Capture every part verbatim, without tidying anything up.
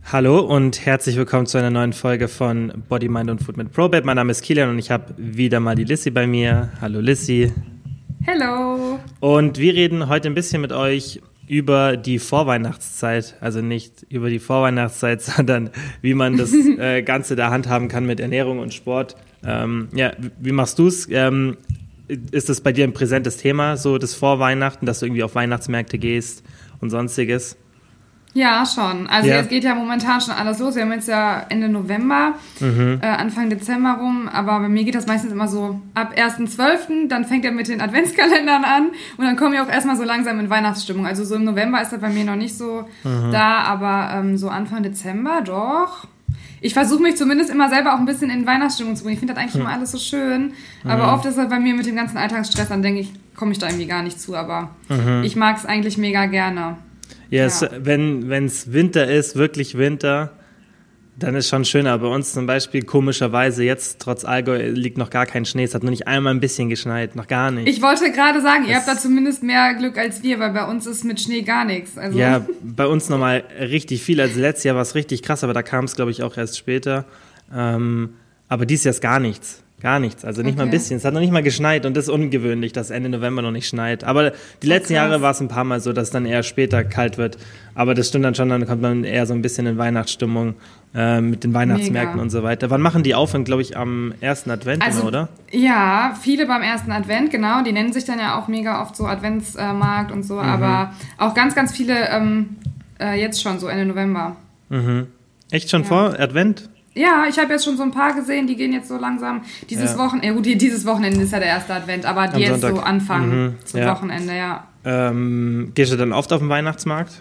Hallo und herzlich willkommen zu einer neuen Folge von Body, Mind und Food mit Probate. Mein Name ist Kilian und ich habe wieder mal die Lissy bei mir. Hallo Lissy. Hello. Und wir reden heute ein bisschen mit euch über die Vorweihnachtszeit. Also nicht über die Vorweihnachtszeit, sondern wie man das äh, Ganze da handhaben kann mit Ernährung und Sport. Ähm, ja, wie machst du es? Ähm, ist das bei dir ein präsentes Thema, so das Vorweihnachten, dass du irgendwie auf Weihnachtsmärkte gehst und sonstiges? Ja, schon. Also ja. Jetzt geht ja momentan schon alles los. Wir haben jetzt ja Ende November, mhm. äh, Anfang Dezember rum. Aber bei mir geht das meistens immer so ab ersten zwölften Dann fängt er mit den Adventskalendern an. Und dann komme ich auch erstmal so langsam in Weihnachtsstimmung. Also so im November ist das bei mir noch nicht so mhm. da. Aber ähm, so Anfang Dezember doch. Ich versuche mich zumindest immer selber auch ein bisschen in Weihnachtsstimmung zu bringen. Ich finde das eigentlich mhm. immer alles so schön. Aber mhm. oft ist das bei mir mit dem ganzen Alltagsstress, dann denke ich, komme ich da irgendwie gar nicht zu. Aber mhm. ich mag es eigentlich mega gerne. Ja, es, wenn es Winter ist, wirklich Winter, dann ist schon schöner. Bei uns zum Beispiel komischerweise jetzt, trotz Allgäu, liegt noch gar kein Schnee. Es hat noch nicht einmal ein bisschen geschneit, noch gar nicht. Ich wollte gerade sagen, das ihr habt da zumindest mehr Glück als wir, weil bei uns ist mit Schnee gar nichts. Also ja, bei uns nochmal richtig viel. Also letztes Jahr war es richtig krass, aber da kam es, glaube ich, auch erst später. Ähm, aber dieses Jahr ist gar nichts. Gar nichts, also nicht okay. mal ein bisschen. Es hat noch nicht mal geschneit und das ist ungewöhnlich, dass Ende November noch nicht schneit. Aber die letzten okay. Jahre war es ein paar Mal so, dass es dann eher später kalt wird. Aber das stimmt dann schon, dann kommt man eher so ein bisschen in Weihnachtsstimmung äh, mit den Weihnachtsmärkten Mega. Und so weiter. Wann machen die auf? Glaube ich, am ersten Advent, also, immer, oder? Ja, viele beim ersten Advent, genau. Die nennen sich dann ja auch mega oft so Adventsmarkt und so. Mhm. Aber auch ganz, ganz viele ähm, äh, jetzt schon, so Ende November. Mhm. Echt schon ja. vor Advent? Ja, ich habe jetzt schon so ein paar gesehen, die gehen jetzt so langsam dieses ja. Wochenende, ja gut, dieses Wochenende ist ja der erste Advent, aber die Am jetzt Sonntag. so anfangen mhm. zum ja. Wochenende, ja. Ähm, gehst du dann oft auf den Weihnachtsmarkt?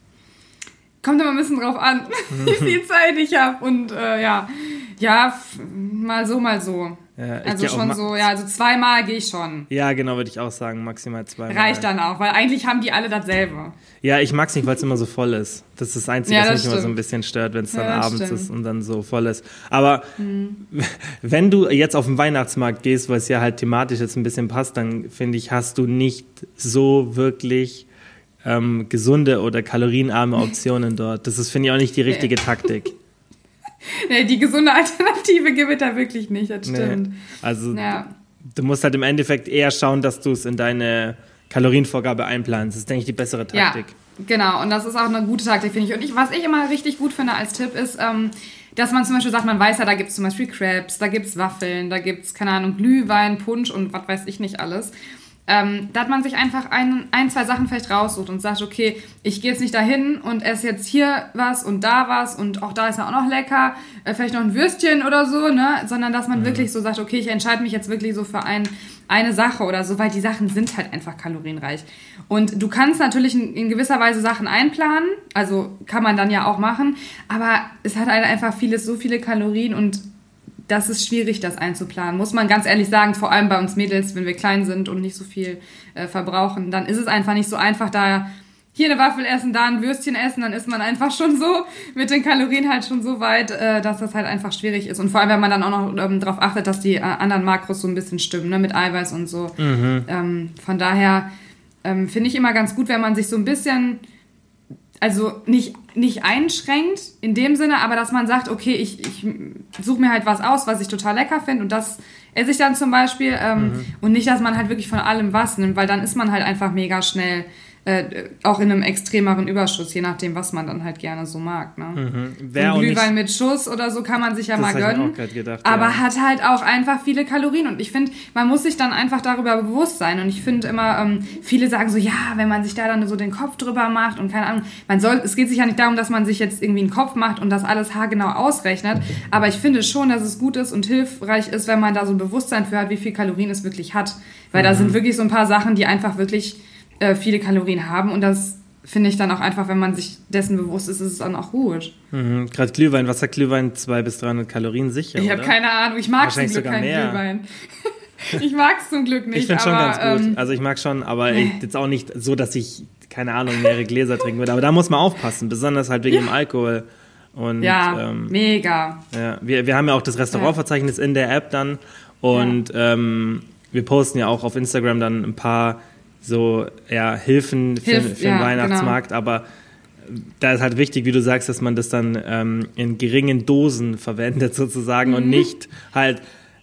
Kommt immer ein bisschen drauf an, mhm. wie viel Zeit ich habe und äh, ja, ja, f- mal so, mal so. Ja, also schon ma- so, ja, also zweimal gehe ich schon. Ja, genau, würde ich auch sagen, maximal zweimal. Reicht dann auch, weil eigentlich haben die alle dasselbe. Ja, ich mag es nicht, weil es immer so voll ist. Das ist das Einzige, ja, was das mich stimmt. immer so ein bisschen stört, wenn es dann ja, abends stimmt. ist und dann so voll ist. Aber hm. wenn du jetzt auf den Weihnachtsmarkt gehst, weil es ja halt thematisch jetzt ein bisschen passt, dann finde ich, hast du nicht so wirklich ähm, gesunde oder kalorienarme Optionen dort. Das ist, finde ich, auch nicht die richtige okay. Taktik. Nee, die gesunde Alternative gibt es da wirklich nicht, das stimmt. Nee. Also ja. du, du musst halt im Endeffekt eher schauen, dass du es in deine Kalorienvorgabe einplanst. Das ist, denke ich, die bessere Taktik. Ja, genau. Und das ist auch eine gute Taktik, finde ich. Und ich, was ich immer richtig gut finde als Tipp ist, ähm, dass man zum Beispiel sagt, man weiß ja, da gibt es zum Beispiel Crepes, da gibt es Waffeln, da gibt es, keine Ahnung, Glühwein, Punsch und was weiß ich nicht alles. Ähm, da hat man sich einfach ein, ein, zwei Sachen vielleicht raussucht und sagt, okay, ich gehe jetzt nicht dahin und esse jetzt hier was und da was und auch da ist ja auch noch lecker, äh, vielleicht noch ein Würstchen oder so, ne, sondern dass man mhm. wirklich so sagt, okay, ich entscheide mich jetzt wirklich so für ein, eine Sache oder so, weil die Sachen sind halt einfach kalorienreich. Und du kannst natürlich in, in gewisser Weise Sachen einplanen, also kann man dann ja auch machen, aber es hat halt einfach vieles, so viele Kalorien und das ist schwierig, das einzuplanen, muss man ganz ehrlich sagen, vor allem bei uns Mädels, wenn wir klein sind und nicht so viel äh, verbrauchen, dann ist es einfach nicht so einfach, da hier eine Waffel essen, da ein Würstchen essen, dann ist man einfach schon so mit den Kalorien halt schon so weit, äh, dass das halt einfach schwierig ist. Und vor allem, wenn man dann auch noch ähm, darauf achtet, dass die äh, anderen Makros so ein bisschen stimmen, ne, mit Eiweiß und so. Mhm. Ähm, von daher ähm, finde ich immer ganz gut, wenn man sich so ein bisschen... Also nicht, nicht einschränkt in dem Sinne, aber dass man sagt, okay, ich, ich suche mir halt was aus, was ich total lecker finde und das esse ich dann zum Beispiel. Ähm, mhm. Und nicht, dass man halt wirklich von allem was nimmt, weil dann ist man halt einfach mega schnell äh, auch in einem extremeren Überschuss, je nachdem, was man dann halt gerne so mag. Ne? Mhm. So ein Glühwein mit Schuss oder so kann man sich ja das mal gönnen, ich mir auch gedacht, aber ja. hat halt auch einfach viele Kalorien und ich finde, man muss sich dann einfach darüber bewusst sein und ich finde immer, ähm, viele sagen so, ja, wenn man sich da dann so den Kopf drüber macht und keine Ahnung, man soll, es geht sich ja nicht darum, dass man sich jetzt irgendwie einen Kopf macht und das alles haargenau ausrechnet, aber ich finde schon, dass es gut ist und hilfreich ist, wenn man da so ein Bewusstsein für hat, wie viel Kalorien es wirklich hat, weil mhm. da sind wirklich so ein paar Sachen, die einfach wirklich äh, viele Kalorien haben und das finde ich dann auch einfach, wenn man sich dessen bewusst ist, ist es dann auch gut. Mhm. Gerade Glühwein, was sagt Glühwein? zweihundert bis dreihundert Kalorien sicher, Ich habe keine Ahnung, ich mag zum Glück keinen mehr. Glühwein. Ich mag es zum Glück nicht. Ich finde schon ganz gut. Ähm, also ich mag schon, aber ich, jetzt auch nicht so, dass ich, keine Ahnung, mehrere Gläser trinken würde. Aber da muss man aufpassen, besonders halt wegen ja. dem Alkohol. Und, ja, ähm, mega. Ja, wir, wir haben ja auch das Restaurantverzeichnis ja. in der App dann und ja. ähm, wir posten ja auch auf Instagram dann ein paar so ja, Hilfen für, Hilf, für den ja, Weihnachtsmarkt, genau. aber da ist halt wichtig, wie du sagst, dass man das dann ähm, in geringen Dosen verwendet sozusagen mhm. und nicht halt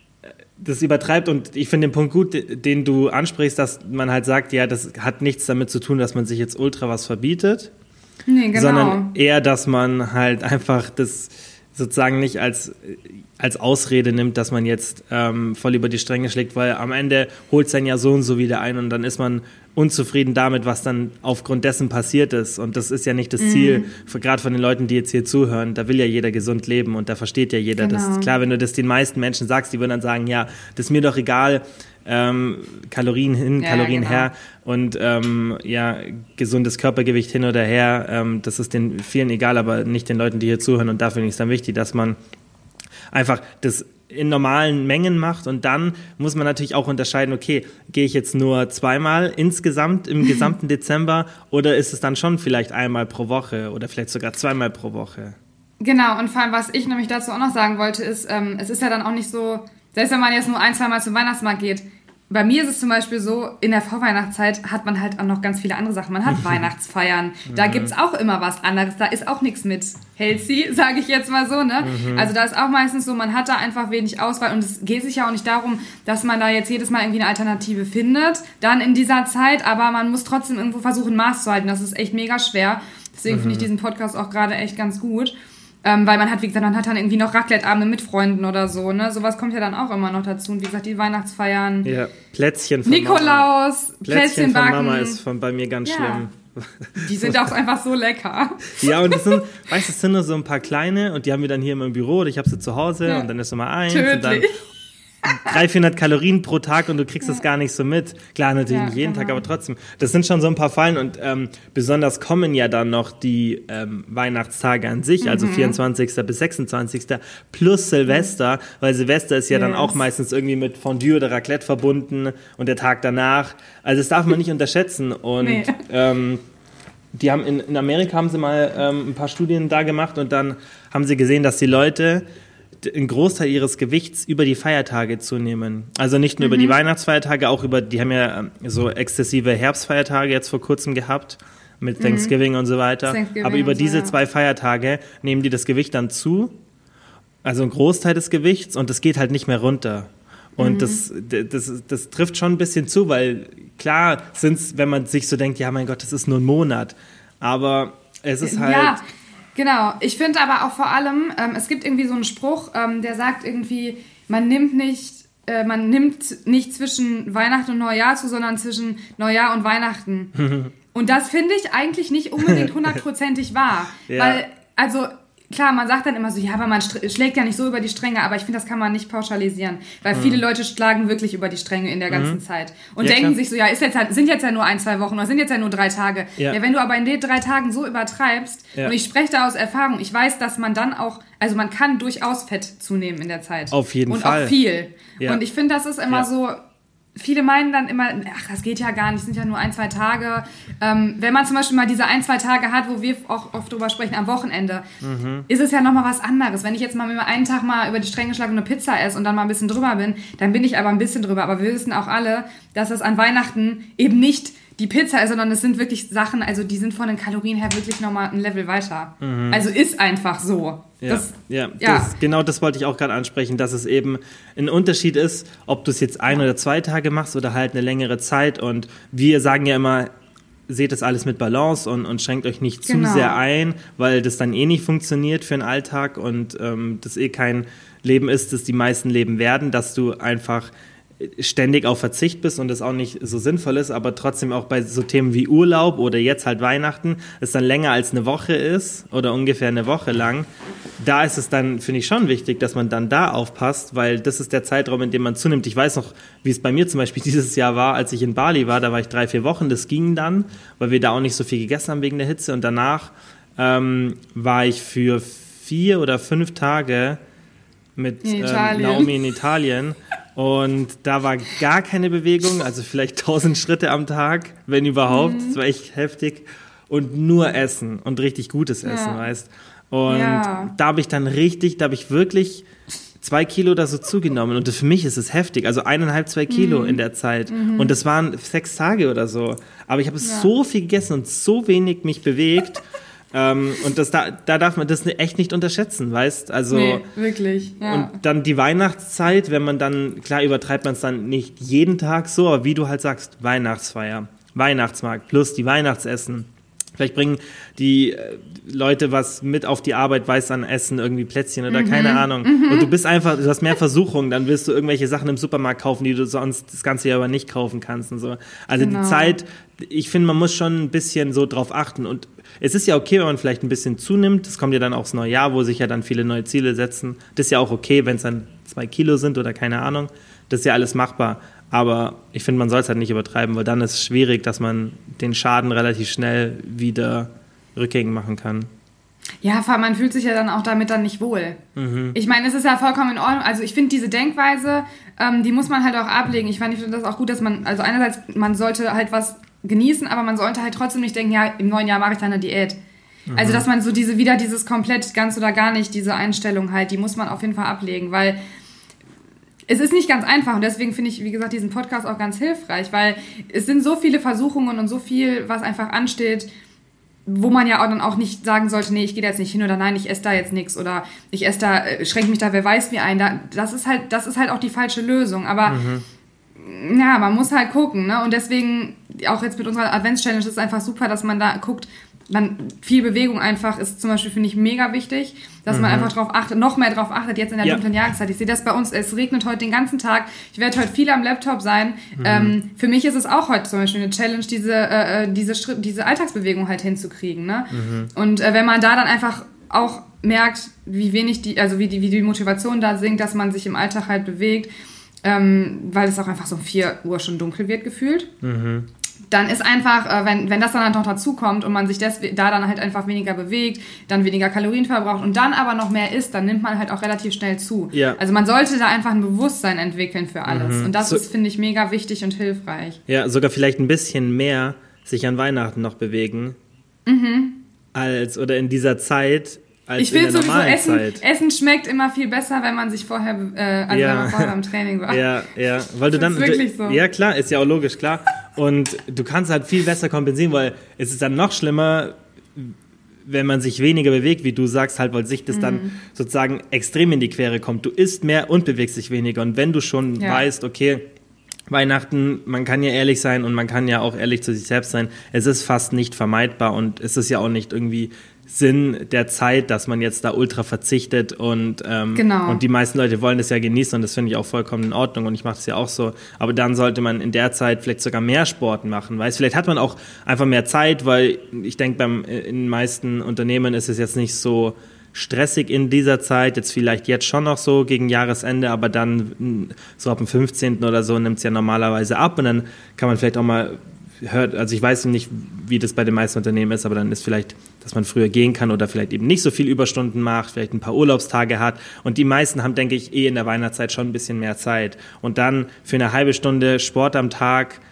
das übertreibt. Und ich finde den Punkt gut, den du ansprichst, dass man halt sagt, ja, das hat nichts damit zu tun, dass man sich jetzt ultra was verbietet, nee, genau. sondern eher, dass man halt einfach das sozusagen nicht als, als Ausrede nimmt, dass man jetzt ähm, voll über die Stränge schlägt, weil am Ende holt es dann ja so und so wieder ein und dann ist man unzufrieden damit, was dann aufgrund dessen passiert ist. Und das ist ja nicht das Ziel, mm. gerade von den Leuten, die jetzt hier zuhören. Da will ja jeder gesund leben und da versteht ja jeder. Genau. Das ist klar, wenn du das den meisten Menschen sagst, die würden dann sagen, ja, das ist mir doch egal, ähm, Kalorien hin, ja, Kalorien genau. her und ähm, ja, gesundes Körpergewicht hin oder her. Ähm, das ist den vielen egal, aber nicht den Leuten, die hier zuhören. Und dafür ist es dann wichtig, dass man einfach das in normalen Mengen macht und dann muss man natürlich auch unterscheiden, okay, gehe ich jetzt nur zweimal insgesamt im gesamten Dezember oder ist es dann schon vielleicht einmal pro Woche oder vielleicht sogar zweimal pro Woche? Genau, und vor allem, was ich nämlich dazu auch noch sagen wollte, ist, ähm, es ist ja dann auch nicht so, selbst wenn man jetzt nur ein, zweimal zum Weihnachtsmarkt geht, bei mir ist es zum Beispiel so, in der Vorweihnachtszeit hat man halt auch noch ganz viele andere Sachen. Man hat Weihnachtsfeiern, da mhm. gibt's auch immer was anderes, da ist auch nichts mit healthy, sage ich jetzt mal so, ne? Mhm. Also da ist auch meistens so, man hat da einfach wenig Auswahl und es geht sich ja auch nicht darum, dass man da jetzt jedes Mal irgendwie eine Alternative findet, dann in dieser Zeit, aber man muss trotzdem irgendwo versuchen, Maß zu halten, das ist echt mega schwer. Deswegen mhm. finde ich diesen Podcast auch gerade echt ganz gut. Ähm, weil man hat, wie gesagt, man hat dann irgendwie noch Raclette-Abende mit Freunden oder so, ne? Sowas kommt ja dann auch immer noch dazu. Und wie gesagt, die Weihnachtsfeiern. Ja, Plätzchen von Nikolaus, Mama. Plätzchen, Plätzchen backen. von Mama ist von, bei mir ganz ja. schlimm. Die sind auch einfach so lecker. Ja, und das sind, weißt du, es sind nur so ein paar kleine und die haben wir dann hier immer im Büro oder ich habe sie zu Hause ja. und dann ist immer eins Tödlich. und dann dreihundert, vierhundert Kalorien pro Tag und du kriegst ja. das gar nicht so mit. Klar, natürlich ja, nicht jeden genau. Tag, aber trotzdem. Das sind schon so ein paar Fallen und ähm, besonders kommen ja dann noch die ähm, Weihnachtstage an sich, also mhm. vierundzwanzigsten bis sechsundzwanzigsten plus Silvester, mhm. weil Silvester ist ja yes. dann auch meistens irgendwie mit Fondue oder Raclette verbunden und der Tag danach. Also das darf man nicht unterschätzen und nee. ähm, die haben in, in Amerika haben sie mal ähm, ein paar Studien da gemacht und dann haben sie gesehen, dass die Leute einen Großteil ihres Gewichts über die Feiertage zunehmen. Also nicht nur mhm. über die Weihnachtsfeiertage, auch über, die haben ja so exzessive Herbstfeiertage jetzt vor kurzem gehabt, mit Thanksgiving mhm. und so weiter. Aber über diese so, ja. zwei Feiertage nehmen die das Gewicht dann zu, also ein Großteil des Gewichts und das geht halt nicht mehr runter. Und mhm. das, das, das trifft schon ein bisschen zu, weil klar sind es, wenn man sich so denkt, ja mein Gott, das ist nur ein Monat, aber es ist halt... Ja. Genau, ich finde aber auch vor allem, ähm, es gibt irgendwie so einen Spruch, ähm, der sagt irgendwie, man nimmt nicht, äh, man nimmt nicht zwischen Weihnachten und Neujahr zu, sondern zwischen Neujahr und Weihnachten. Und das finde ich eigentlich nicht unbedingt hundertprozentig wahr. Ja. Weil, also klar, man sagt dann immer so, ja, aber man schlägt ja nicht so über die Stränge, aber ich finde, das kann man nicht pauschalisieren, weil mhm. viele Leute schlagen wirklich über die Stränge in der ganzen mhm. Zeit und ja, denken klar. sich so, ja, ist jetzt halt, sind jetzt ja nur ein, zwei Wochen oder sind jetzt ja nur drei Tage. Ja, ja wenn du aber in den drei Tagen so übertreibst, ja. und ich spreche da aus Erfahrung, ich weiß, dass man dann auch, also man kann durchaus Fett zunehmen in der Zeit. Auf jeden und Fall. Und auch viel. Ja. Und ich finde, das ist immer ja. so... Viele meinen dann immer, ach, das geht ja gar nicht, sind ja nur ein, zwei Tage. Ähm, wenn man zum Beispiel mal diese ein, zwei Tage hat, wo wir auch oft drüber sprechen, am Wochenende, mhm. ist es ja nochmal was anderes. Wenn ich jetzt mal mit mir einen Tag mal über die Stränge schlage und eine Pizza esse und dann mal ein bisschen drüber bin, dann bin ich aber ein bisschen drüber. Aber wir wissen auch alle, dass es an Weihnachten eben nicht die Pizza ist, sondern es sind wirklich Sachen, also die sind von den Kalorien her wirklich nochmal ein Level weiter. Mhm. Also ist einfach so. Ja, das, ja, ja. Das, genau das wollte ich auch gerade ansprechen, dass es eben ein Unterschied ist, ob du es jetzt ein oder zwei Tage machst oder halt eine längere Zeit. Und wir sagen ja immer, seht das alles mit Balance und, und schränkt euch nicht genau. zu sehr ein, weil das dann eh nicht funktioniert für den Alltag und ähm, das eh kein Leben ist, das die meisten leben werden, dass du einfach ständig auf Verzicht bist und das auch nicht so sinnvoll ist, aber trotzdem auch bei so Themen wie Urlaub oder jetzt halt Weihnachten, es dann länger als eine Woche ist oder ungefähr eine Woche lang, da ist es dann, finde ich, schon wichtig, dass man dann da aufpasst, weil das ist der Zeitraum, in dem man zunimmt. Ich weiß noch, wie es bei mir zum Beispiel dieses Jahr war, als ich in Bali war, da war ich drei, vier Wochen, das ging dann, weil wir da auch nicht so viel gegessen haben wegen der Hitze und danach ähm, war ich für vier oder fünf Tage mit ähm, Naomi in Italien. Und da war gar keine Bewegung, also vielleicht tausend Schritte am Tag, wenn überhaupt. Mhm. Das war echt heftig. Und nur Essen und richtig gutes Essen, ja. weißt. Und ja. da habe ich dann richtig, da habe ich wirklich zwei Kilo oder so zugenommen. Und für mich ist es heftig, also eineinhalb, zwei Kilo mhm. in der Zeit. Mhm. Und das waren sechs Tage oder so. Aber ich habe ja. so viel gegessen und so wenig mich bewegt. Ähm, und das, da, da darf man das echt nicht unterschätzen, weißt? Also, nee, wirklich, ja. Und dann die Weihnachtszeit, wenn man dann, klar übertreibt man es dann nicht jeden Tag so, aber wie du halt sagst, Weihnachtsfeier, Weihnachtsmarkt plus die Weihnachtsessen. Vielleicht bringen die Leute was mit auf die Arbeit, weiß an Essen, irgendwie Plätzchen oder mhm. keine Ahnung. Mhm. Und du bist einfach, du hast mehr Versuchungen, dann willst du irgendwelche Sachen im Supermarkt kaufen, die du sonst das ganze Jahr aber nicht kaufen kannst und so. Also genau. Die Zeit, ich finde, man muss schon ein bisschen so drauf achten. Und es ist ja okay, wenn man vielleicht ein bisschen zunimmt. Das kommt ja dann auch das neue Jahr, wo sich ja dann viele neue Ziele setzen. Das ist ja auch okay, wenn es dann zwei Kilo sind oder keine Ahnung. Das ist ja alles machbar. Aber ich finde, man soll es halt nicht übertreiben, weil dann ist es schwierig, dass man den Schaden relativ schnell wieder rückgängig machen kann. Ja, vor allem, man fühlt sich ja dann auch damit dann nicht wohl. Mhm. Ich meine, es ist ja vollkommen in Ordnung. Also ich finde diese Denkweise, ähm, die muss man halt auch ablegen. Ich fand, ich finde das auch gut, dass man, also einerseits, man sollte halt was genießen, aber man sollte halt trotzdem nicht denken, ja, im neuen Jahr mache ich dann eine Diät. Mhm. Also dass man so diese, wieder dieses komplett ganz oder gar nicht, diese Einstellung halt, die muss man auf jeden Fall ablegen, weil es ist nicht ganz einfach und deswegen finde ich, wie gesagt, diesen Podcast auch ganz hilfreich, weil es sind so viele Versuchungen und so viel, was einfach ansteht, wo man ja auch dann auch nicht sagen sollte, nee, ich gehe da jetzt nicht hin oder nein, ich esse da jetzt nichts oder ich esse da, schränke mich da, wer weiß wie ein. Da, das ist halt, das ist halt auch die falsche Lösung. Aber mhm. ja, man muss halt gucken, ne? Und deswegen, auch jetzt mit unserer Advents-Challenge, ist es einfach super, dass man da guckt, dann viel Bewegung einfach ist zum Beispiel, finde ich, mega wichtig, dass mhm. man einfach drauf achtet, noch mehr drauf achtet, jetzt in der ja. dunklen Jahreszeit. Ich sehe das bei uns, es regnet heute den ganzen Tag, ich werde heute viel am Laptop sein. Mhm. Ähm, für mich ist es auch heute zum Beispiel eine Challenge, diese, äh, diese, Schritt, diese Alltagsbewegung halt hinzukriegen. Ne? Mhm. Und äh, wenn man da dann einfach auch merkt, wie wenig die, also wie die, wie die Motivation da sinkt, dass man sich im Alltag halt bewegt, ähm, weil es auch einfach so um vier Uhr schon dunkel wird gefühlt. Mhm. Dann ist einfach, äh, wenn, wenn das dann halt noch dazu kommt und man sich des, da dann halt einfach weniger bewegt, dann weniger Kalorien verbraucht und dann aber noch mehr isst, dann nimmt man halt auch relativ schnell zu. Ja. Also man sollte da einfach ein Bewusstsein entwickeln für alles. Mhm. Und das so, ist, finde ich, mega wichtig und hilfreich. Ja, sogar vielleicht ein bisschen mehr sich an Weihnachten noch bewegen, mhm. als oder in dieser Zeit. Als ich finde sowieso, Essen, Essen schmeckt immer viel besser, wenn man sich vorher, äh, also ja. wenn man vorher beim Training war. Ja, ja, weil du dann, ist wirklich so. Ja klar, ist ja auch logisch, klar. Und du kannst halt viel besser kompensieren, weil es ist dann noch schlimmer, wenn man sich weniger bewegt, wie du sagst, halt, weil sich das mhm. dann sozusagen extrem in die Quere kommt. Du isst mehr und bewegst dich weniger. Und wenn du schon ja. weißt, okay, Weihnachten, man kann ja ehrlich sein und man kann ja auch ehrlich zu sich selbst sein, es ist fast nicht vermeidbar und es ist ja auch nicht irgendwie Sinn der Zeit, dass man jetzt da ultra verzichtet und, ähm, genau. und die meisten Leute wollen das ja genießen und das finde ich auch vollkommen in Ordnung und ich mache das ja auch so, aber dann sollte man in der Zeit vielleicht sogar mehr Sport machen, weißt, vielleicht hat man auch einfach mehr Zeit, weil ich denke, beim in den meisten Unternehmen ist es jetzt nicht so stressig in dieser Zeit, jetzt vielleicht jetzt schon noch so gegen Jahresende, aber dann so ab dem fünfzehnten oder so nimmt es ja normalerweise ab und dann kann man vielleicht auch mal hört, also ich weiß nicht, wie das bei den meisten Unternehmen ist, aber dann ist vielleicht, dass man früher gehen kann oder vielleicht eben nicht so viel Überstunden macht, vielleicht ein paar Urlaubstage hat und die meisten haben, denke ich, eh in der Weihnachtszeit schon ein bisschen mehr Zeit und dann für eine halbe Stunde Sport am Tag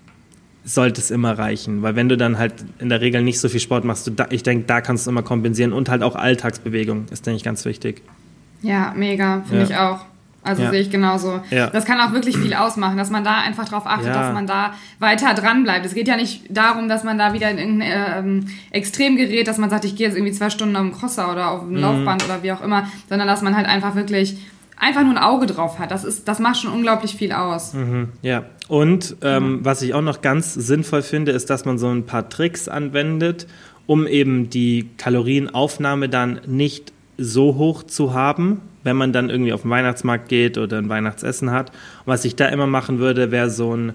sollte es immer reichen, weil wenn du dann halt in der Regel nicht so viel Sport machst, du da, ich denke, da kannst du immer kompensieren und halt auch Alltagsbewegung ist, denke ich, ganz wichtig. Ja, mega, finde ja. ich auch. Also ja. sehe ich genauso. Ja. Das kann auch wirklich viel ausmachen, dass man da einfach drauf achtet, ja. dass man da weiter dran bleibt. Es geht ja nicht darum, dass man da wieder in irgendein ähm, Extrem gerät, dass man sagt, ich gehe jetzt irgendwie zwei Stunden auf dem Crosser oder auf dem mhm. Laufband oder wie auch immer, sondern dass man halt einfach wirklich einfach nur ein Auge drauf hat. Das ist, das macht schon unglaublich viel aus. Mhm. Ja. Und ähm, mhm. was ich auch noch ganz sinnvoll finde, ist, dass man so ein paar Tricks anwendet, um eben die Kalorienaufnahme dann nicht so hoch zu haben, wenn man dann irgendwie auf den Weihnachtsmarkt geht oder ein Weihnachtsessen hat. Und was ich da immer machen würde, wäre so ein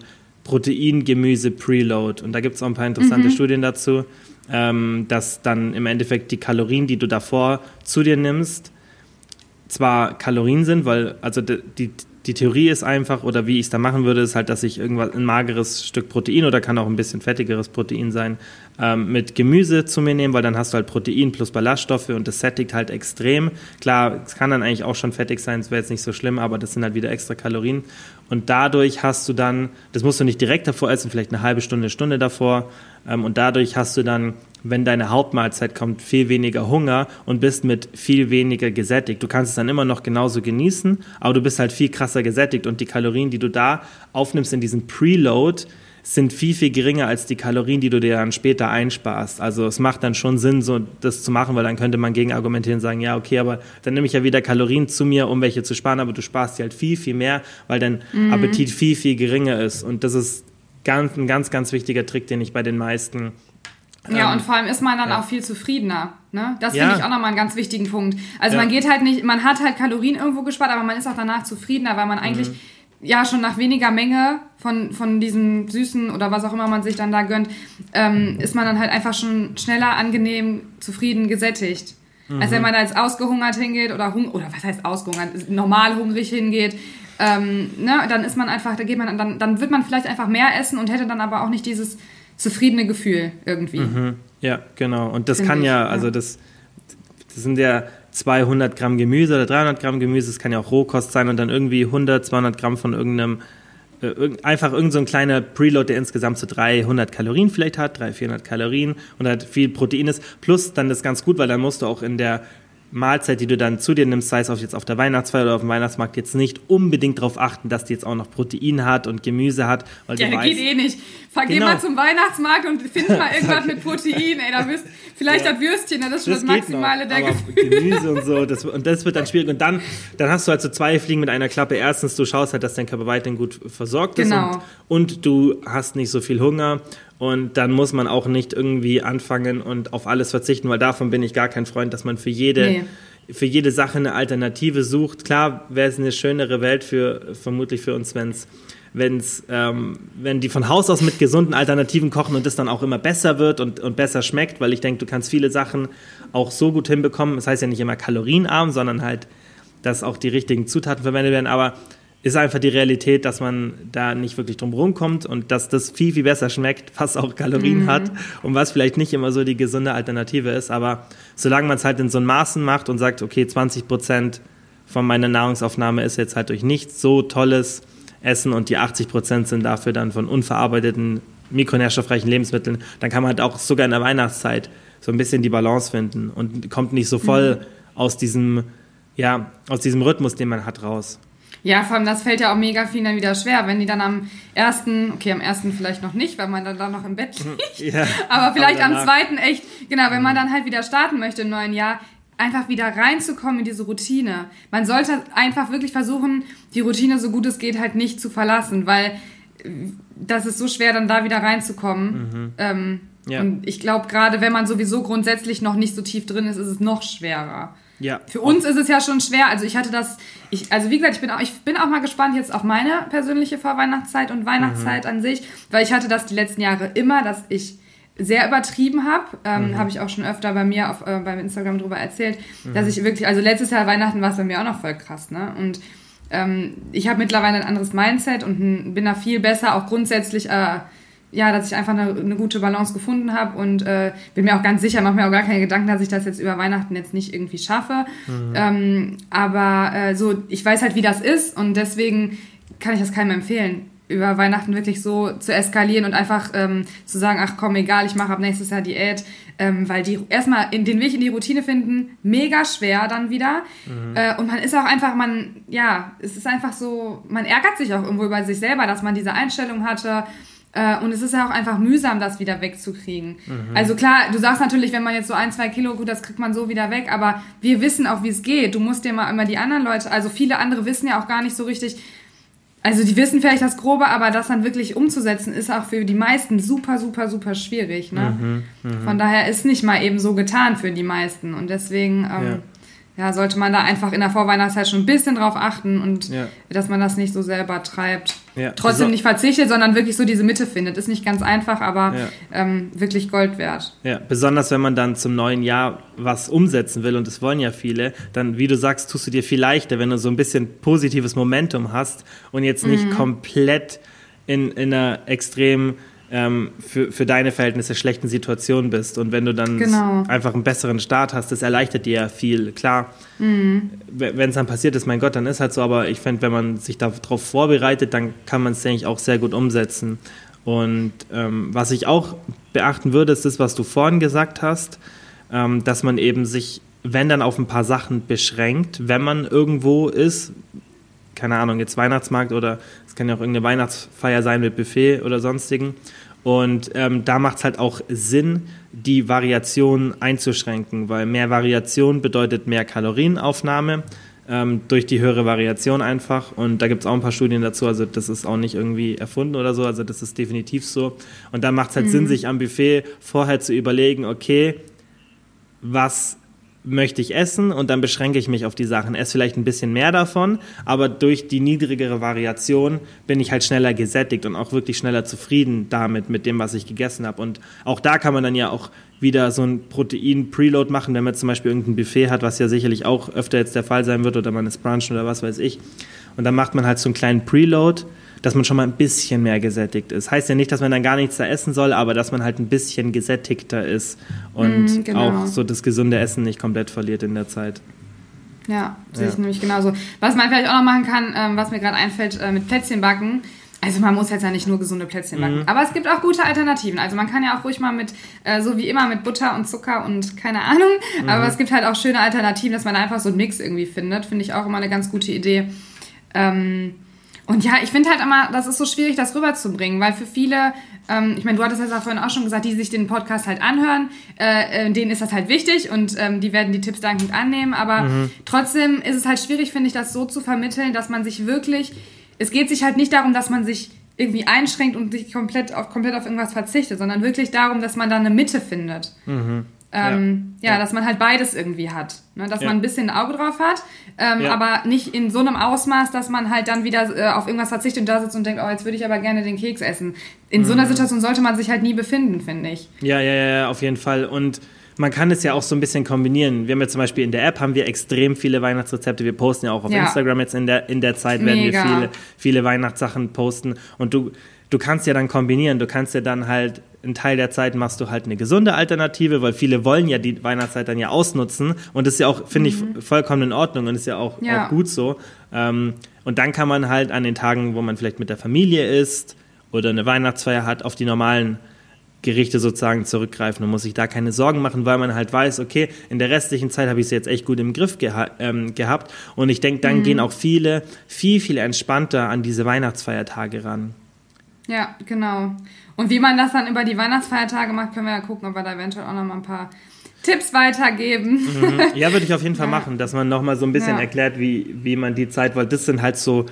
Protein-Gemüse-Preload. Und da gibt es auch ein paar interessante mhm. Studien dazu, ähm, dass dann im Endeffekt die Kalorien, die du davor zu dir nimmst, zwar Kalorien sind, weil also die, die, die Theorie ist einfach, oder wie ich es da machen würde, ist halt, dass ich irgendwas, ein mageres Stück Protein oder kann auch ein bisschen fettigeres Protein sein, ähm, mit Gemüse zu mir nehmen, weil dann hast du halt Protein plus Ballaststoffe und das sättigt halt extrem. Klar, es kann dann eigentlich auch schon fettig sein, es wäre jetzt nicht so schlimm, aber das sind halt wieder extra Kalorien. Und dadurch hast du dann, das musst du nicht direkt davor essen, vielleicht eine halbe Stunde, Stunde davor, ähm, und dadurch hast du dann, wenn deine Hauptmahlzeit kommt, viel weniger Hunger und bist mit viel weniger gesättigt. Du kannst es dann immer noch genauso genießen, aber du bist halt viel krasser gesättigt und die Kalorien, die du da aufnimmst in diesem Preload, sind viel, viel geringer als die Kalorien, die du dir dann später einsparst. Also es macht dann schon Sinn, so das zu machen, weil dann könnte man gegen argumentieren und sagen, ja, okay, aber dann nehme ich ja wieder Kalorien zu mir, um welche zu sparen, aber du sparst dir halt viel, viel mehr, weil dein mhm. Appetit viel, viel geringer ist. Und das ist ganz, ein ganz, ganz wichtiger Trick, den ich bei den meisten... Ja, ähm, und vor allem ist man dann ja. auch viel zufriedener. Ne? Das ja. finde ich auch nochmal einen ganz wichtigen Punkt. Also ja. man geht halt nicht, man hat halt Kalorien irgendwo gespart, aber man ist auch danach zufriedener, weil man eigentlich... Mhm. ja, schon nach weniger Menge von, von diesem Süßen oder was auch immer man sich dann da gönnt, ähm, ist man dann halt einfach schon schneller, angenehm, zufrieden, gesättigt. Mhm. Als wenn man da jetzt ausgehungert hingeht oder, hung- oder was heißt ausgehungert, normal hungrig hingeht, ähm, ne, dann ist man einfach, da geht man, dann, dann wird man vielleicht einfach mehr essen und hätte dann aber auch nicht dieses zufriedene Gefühl irgendwie. Mhm. Ja, genau. Und das Find kann ich, ja, ja, also das, das sind ja zweihundert Gramm Gemüse oder dreihundert Gramm Gemüse, das kann ja auch Rohkost sein und dann irgendwie hundert, zweihundert Gramm von irgendeinem, äh, irg- einfach irgend so ein kleiner Preload, der insgesamt so dreihundert Kalorien vielleicht hat, dreihundert, vierhundert Kalorien und halt viel Protein ist, plus dann ist ganz gut, weil dann musst du auch in der Mahlzeit, die du dann zu dir nimmst, sei es auf jetzt auf der Weihnachtsfeier oder auf dem Weihnachtsmarkt, jetzt nicht unbedingt darauf achten, dass die jetzt auch noch Protein hat und Gemüse hat. Weil ja, du das weißt, geht eh nicht. Fahr, genau. Geh mal zum Weihnachtsmarkt und find mal irgendwas mit Protein. Ey, da wirst, vielleicht ja. das Würstchen, das ist schon das, das Maximale noch, der aber Gefühle. Gemüse und so, das, und das wird dann schwierig. Und dann, dann hast du halt so zwei Fliegen mit einer Klappe. Erstens, du schaust halt, dass dein Körper weiterhin gut versorgt ist Genau. und, und du hast nicht so viel Hunger. Und dann muss man auch nicht irgendwie anfangen und auf alles verzichten, weil davon bin ich gar kein Freund, dass man für jede... Nee. für jede Sache eine Alternative sucht. Klar wäre es eine schönere Welt für vermutlich für uns, wenn's, wenn's, ähm, wenn die von Haus aus mit gesunden Alternativen kochen und das dann auch immer besser wird und, und besser schmeckt, weil ich denke, du kannst viele Sachen auch so gut hinbekommen. Das heißt ja nicht immer kalorienarm, sondern halt, dass auch die richtigen Zutaten verwendet werden, aber ist einfach die Realität, dass man da nicht wirklich drum rumkommt und dass das viel, viel besser schmeckt, was auch Kalorien mhm. hat und was vielleicht nicht immer so die gesunde Alternative ist. Aber solange man es halt in so Maßen macht und sagt, okay, zwanzig Prozent von meiner Nahrungsaufnahme ist jetzt halt durch nichts so tolles Essen und die achtzig Prozent sind dafür dann von unverarbeiteten, mikronährstoffreichen Lebensmitteln, dann kann man halt auch sogar in der Weihnachtszeit so ein bisschen die Balance finden und kommt nicht so voll mhm. aus diesem, ja, aus diesem Rhythmus, den man hat, raus. Ja, vor allem, das fällt ja auch mega vielen dann wieder schwer, wenn die dann am ersten, okay, am ersten vielleicht noch nicht, weil man dann da noch im Bett liegt, ja, aber vielleicht aber am zweiten echt, genau, wenn man dann halt wieder starten möchte im neuen Jahr, einfach wieder reinzukommen in diese Routine. Man sollte einfach wirklich versuchen, die Routine so gut es geht halt nicht zu verlassen, weil das ist so schwer, dann da wieder reinzukommen. Mhm. Ähm, ja. Und ich glaube, gerade wenn man sowieso grundsätzlich noch nicht so tief drin ist, ist es noch schwerer. Ja. Für uns ist es ja schon schwer. Also ich hatte das, ich, also wie gesagt, ich bin auch, ich bin auch mal gespannt jetzt auf meine persönliche Vorweihnachtszeit und Weihnachtszeit mhm. an sich, weil ich hatte das die letzten Jahre immer, dass ich sehr übertrieben habe. Ähm, mhm. Habe ich auch schon öfter bei mir auf, äh, beim Instagram drüber erzählt, mhm. dass ich wirklich, also letztes Jahr Weihnachten war es bei mir auch noch voll krass, ne? Und ähm, ich habe mittlerweile ein anderes Mindset und n, bin da viel besser, auch grundsätzlich, äh, ja, dass ich einfach eine, eine gute Balance gefunden habe und äh, bin mir auch ganz sicher, mache mir auch gar keine Gedanken, dass ich das jetzt über Weihnachten jetzt nicht irgendwie schaffe. Mhm. Ähm, aber äh, so, ich weiß halt, wie das ist und deswegen kann ich das keinem empfehlen, über Weihnachten wirklich so zu eskalieren und einfach ähm, zu sagen, ach komm, egal, ich mache ab nächstes Jahr Diät, ähm, weil die erstmal in den Weg in die Routine finden, mega schwer dann wieder. Mhm. Äh, und man ist auch einfach, man, ja, es ist einfach so, man ärgert sich auch irgendwo über sich selber, dass man diese Einstellung hatte. Äh, und es ist ja auch einfach mühsam, das wieder wegzukriegen. Mhm. Also klar, du sagst natürlich, wenn man jetzt so ein, zwei Kilo, gut, das kriegt man so wieder weg, aber wir wissen auch, wie es geht. Du musst dir mal immer die anderen Leute, also viele andere wissen ja auch gar nicht so richtig, also die wissen vielleicht das Grobe, aber das dann wirklich umzusetzen, ist auch für die meisten super, super, super schwierig. Ne? Mhm, mh. Von daher ist nicht mal eben so getan für die meisten. Und deswegen ähm, ja. Ja, sollte man da einfach in der Vorweihnachtszeit schon ein bisschen drauf achten und ja. dass man das nicht so selber treibt. Ja. Trotzdem also, nicht verzichtet, sondern wirklich so diese Mitte findet. Ist nicht ganz einfach, aber ja. ähm, wirklich Gold wert. Ja, besonders wenn man dann zum neuen Jahr was umsetzen will und das wollen ja viele, dann, wie du sagst, tust du dir viel leichter, wenn du so ein bisschen positives Momentum hast und jetzt nicht mhm. komplett in, in einer extrem ähm, für, für deine Verhältnisse schlechten Situation bist. Und wenn du dann genau. einfach einen besseren Start hast, das erleichtert dir ja viel. Klar, mhm. wenn es dann passiert ist, mein Gott, dann ist halt so, aber ich finde, wenn man sich darauf vorbereitet, dann kann man es, denke ich, auch sehr gut umsetzen. Und ähm, was ich auch beachten würde, ist das, was du vorhin gesagt hast, ähm, dass man eben sich, wenn dann auf ein paar Sachen beschränkt, wenn man irgendwo ist, keine Ahnung, jetzt Weihnachtsmarkt oder es kann ja auch irgendeine Weihnachtsfeier sein mit Buffet oder sonstigen. Und ähm, da macht es halt auch Sinn, die Variation einzuschränken, weil mehr Variation bedeutet mehr Kalorienaufnahme ähm, durch die höhere Variation einfach. Und da gibt es auch ein paar Studien dazu, also das ist auch nicht irgendwie erfunden oder so, also das ist definitiv so. Und dann macht es halt mhm. Sinn, sich am Buffet vorher zu überlegen, okay, was möchte ich essen und dann beschränke ich mich auf die Sachen. Esse vielleicht ein bisschen mehr davon, aber durch die niedrigere Variation bin ich halt schneller gesättigt und auch wirklich schneller zufrieden damit, mit dem, was ich gegessen habe. Und auch da kann man dann ja auch wieder so ein Protein-Preload machen, wenn man zum Beispiel irgendein Buffet hat, was ja sicherlich auch öfter jetzt der Fall sein wird oder man ist brunchen oder was weiß ich. Und dann macht man halt so einen kleinen Preload, dass man schon mal ein bisschen mehr gesättigt ist. Heißt ja nicht, dass man dann gar nichts da essen soll, aber dass man halt ein bisschen gesättigter ist und mm, genau. auch so das gesunde Essen nicht komplett verliert in der Zeit. Ja, sehe ich ja. nämlich genauso. Was man vielleicht auch noch machen kann, ähm, was mir gerade einfällt, äh, mit Plätzchen backen. Also man muss jetzt ja nicht nur gesunde Plätzchen backen, mhm. aber es gibt auch gute Alternativen. Also man kann ja auch ruhig mal mit, äh, so wie immer, mit Butter und Zucker und keine Ahnung, mhm. aber es gibt halt auch schöne Alternativen, dass man einfach so einen Mix irgendwie findet. Finde ich auch immer eine ganz gute Idee. Ähm, Und ja, ich finde halt immer, das ist so schwierig, das rüberzubringen, weil für viele, ähm, ich meine, du hattest das ja vorhin auch schon gesagt, die sich den Podcast halt anhören, äh, äh, denen ist das halt wichtig und ähm, die werden die Tipps dankend annehmen, aber mhm. trotzdem ist es halt schwierig, finde ich, das so zu vermitteln, dass man sich wirklich, es geht sich halt nicht darum, dass man sich irgendwie einschränkt und sich komplett auf, komplett auf irgendwas verzichtet, sondern wirklich darum, dass man da eine Mitte findet. Mhm. Ähm, ja. ja, dass man halt beides irgendwie hat. Ne? Dass ja. man ein bisschen ein Auge drauf hat, ähm, ja. aber nicht in so einem Ausmaß, dass man halt dann wieder äh, auf irgendwas verzichtet und da sitzt und denkt, oh, jetzt würde ich aber gerne den Keks essen. In mhm. so einer Situation sollte man sich halt nie befinden, finde ich. Ja, ja, ja, auf jeden Fall. Und man kann es ja auch so ein bisschen kombinieren. Wir haben ja zum Beispiel in der App haben wir extrem viele Weihnachtsrezepte. Wir posten ja auch auf ja. Instagram jetzt in der, in der Zeit, werden Mega. wir viele, viele Weihnachtssachen posten. Und du, du kannst ja dann kombinieren. Du kannst ja dann halt einen Teil der Zeit machst du halt eine gesunde Alternative, weil viele wollen ja die Weihnachtszeit dann ja ausnutzen und das ist ja auch, finde mhm. ich, vollkommen in Ordnung und ist ja auch, ja. auch gut so. Ähm, und dann kann man halt an den Tagen, wo man vielleicht mit der Familie ist oder eine Weihnachtsfeier hat, auf die normalen Gerichte sozusagen zurückgreifen und muss sich da keine Sorgen machen, weil man halt weiß, okay, in der restlichen Zeit habe ich es jetzt echt gut im Griff geha- ähm, gehabt und ich denke, dann mhm. gehen auch viele viel, viel entspannter an diese Weihnachtsfeiertage ran. Ja, genau. Und wie man das dann über die Weihnachtsfeiertage macht, können wir ja gucken, ob wir da eventuell auch noch mal ein paar Tipps weitergeben. Mhm. Ja, würde ich auf jeden Fall ja. machen, dass man noch mal so ein bisschen ja. erklärt, wie, wie man die Zeit, weil das sind halt so,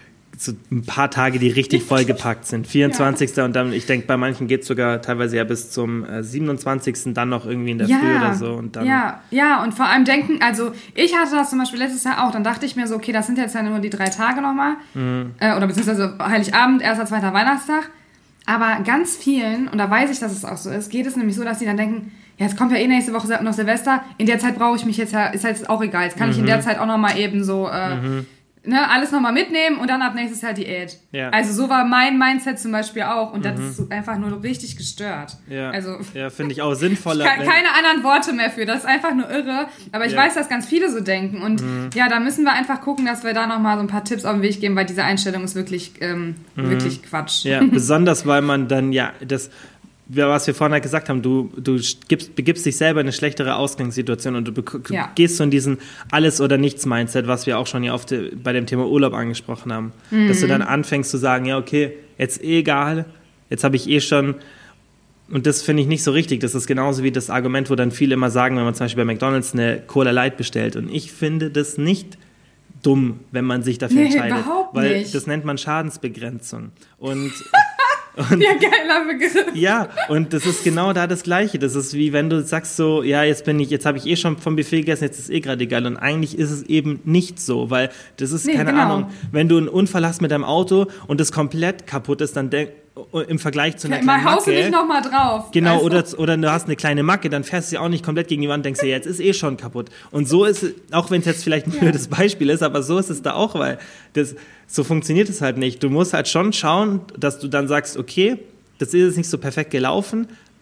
so ein paar Tage, die richtig vollgepackt sind. vierundzwanzigsten Ja. Und dann, ich denke, bei manchen geht es sogar teilweise ja bis zum äh, siebenundzwanzigsten dann noch irgendwie in der ja. Früh oder so. Und dann ja, ja, und vor allem denken, also ich hatte das zum Beispiel letztes Jahr auch, dann dachte ich mir so, okay, das sind jetzt ja nur die drei Tage nochmal, mhm. äh, oder beziehungsweise Heiligabend, erster, zweiter Weihnachtstag. Aber ganz vielen, und da weiß ich, dass es auch so ist, geht es nämlich so, dass die dann denken, ja, jetzt kommt ja eh nächste Woche noch Silvester, in der Zeit brauche ich mich jetzt ja, ist halt auch egal, jetzt kann mhm. ich in der Zeit auch nochmal eben so, äh, mhm. ne, alles nochmal mitnehmen und dann ab nächstes Jahr Diät. Ja. Also so war mein Mindset zum Beispiel auch und mhm. das ist so einfach nur richtig gestört. Ja, also, ja finde ich auch sinnvoller. Ke- keine anderen Worte mehr für, das ist einfach nur irre, aber ich ja. weiß, dass ganz viele so denken und mhm. ja, da müssen wir einfach gucken, dass wir da nochmal so ein paar Tipps auf den Weg geben, weil diese Einstellung ist wirklich, ähm, mhm. wirklich Quatsch. Ja, besonders, weil man dann ja das... was wir vorhin halt gesagt haben, du, du gibst, begibst dich selber in eine schlechtere Ausgangssituation und du be- ja. gehst so in diesen Alles-oder-Nichts-Mindset, was wir auch schon ja oft bei dem Thema Urlaub angesprochen haben. Mhm. Dass du dann anfängst zu sagen, ja okay, jetzt eh egal, jetzt habe ich eh schon, und das finde ich nicht so richtig. Das ist genauso wie das Argument, wo dann viele immer sagen, wenn man zum Beispiel bei McDonald's eine Cola Light bestellt. Und ich finde das nicht dumm, wenn man sich dafür nee, entscheidet. Überhaupt weil nicht. Das nennt man Schadensbegrenzung. Und... Und, ja, geiler Begriff. Ja, und das ist genau da das Gleiche. Das ist wie wenn du sagst so, ja, jetzt bin ich, jetzt habe ich eh schon vom Buffet gegessen, jetzt ist eh gerade egal. Und eigentlich ist es eben nicht so, weil das ist, nee, keine genau. Ahnung, wenn du einen Unfall hast mit deinem Auto und das komplett kaputt ist, dann denk, im Vergleich zu einer okay, kleinen mal haust Macke. du nicht nochmal drauf. Genau, also. oder, oder du hast eine kleine Macke, dann fährst du ja auch nicht komplett gegen die Wand und denkst dir, ja, jetzt ist eh schon kaputt. Und so ist es, auch wenn es jetzt vielleicht ein blödes ja. Beispiel ist, aber so ist es da auch, weil das, so funktioniert es halt nicht. Du musst halt schon schauen, dass du dann sagst, okay, das ist jetzt nicht so perfekt gelaufen,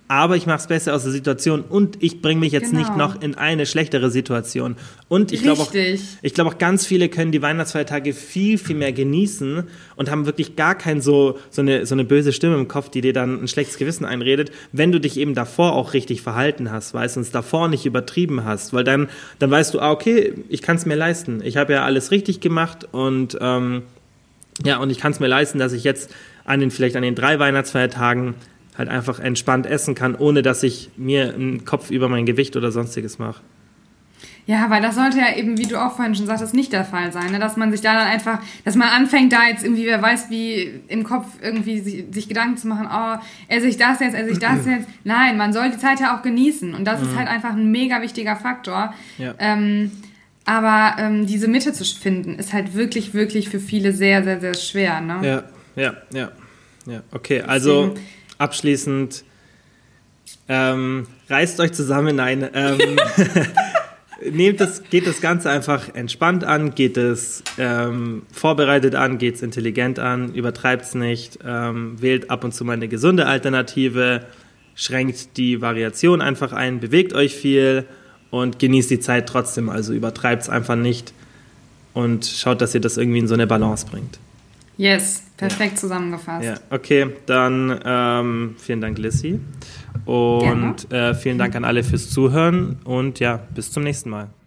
aber ich mache es besser aus der Situation und ich bringe mich jetzt Genau. nicht noch in eine schlechtere Situation. Und ich glaube auch, ich glaube auch, ganz viele können die Weihnachtsfeiertage viel, viel mehr genießen und haben wirklich gar kein so, so eine, so eine böse Stimme im Kopf, die dir dann ein schlechtes Gewissen einredet, wenn du dich eben davor auch richtig verhalten hast, weißt du, und es davor nicht übertrieben hast, weil dann, dann weißt du, ah, okay, ich kann es mir leisten. Ich habe ja alles richtig gemacht und ähm, ja, und ich kann es mir leisten, dass ich jetzt an den, vielleicht an den drei Weihnachtsfeiertagen halt einfach entspannt essen kann, ohne dass ich mir einen Kopf über mein Gewicht oder sonstiges mache. Ja, weil das sollte ja eben, wie du auch vorhin schon sagtest, nicht der Fall sein, ne? Dass man sich da dann einfach, dass man anfängt, da jetzt irgendwie, wer weiß, wie im Kopf irgendwie sich, sich Gedanken zu machen, oh, esse ich das jetzt, esse ich das jetzt. Nein, man soll die Zeit ja auch genießen und das mhm. ist halt einfach ein mega wichtiger Faktor. Ja. Ähm, aber ähm, diese Mitte zu finden, ist halt wirklich, wirklich für viele sehr, sehr, sehr schwer, ne? Ja, ja, ja. ja. Okay, also Deswegen, abschließend, ähm, reißt euch zusammen, nein, ähm, nehmt das, geht das Ganze einfach entspannt an, geht es ähm, vorbereitet an, geht es intelligent an, übertreibt es nicht, ähm, wählt ab und zu mal eine gesunde Alternative, schränkt die Variation einfach ein, bewegt euch viel und genießt die Zeit trotzdem, also übertreibt es einfach nicht und schaut, dass ihr das irgendwie in so eine Balance bringt. Yes, perfekt ja. zusammengefasst. Ja, okay, dann ähm, vielen Dank, Lissy. Und äh, vielen Dank an alle fürs Zuhören und ja, bis zum nächsten Mal.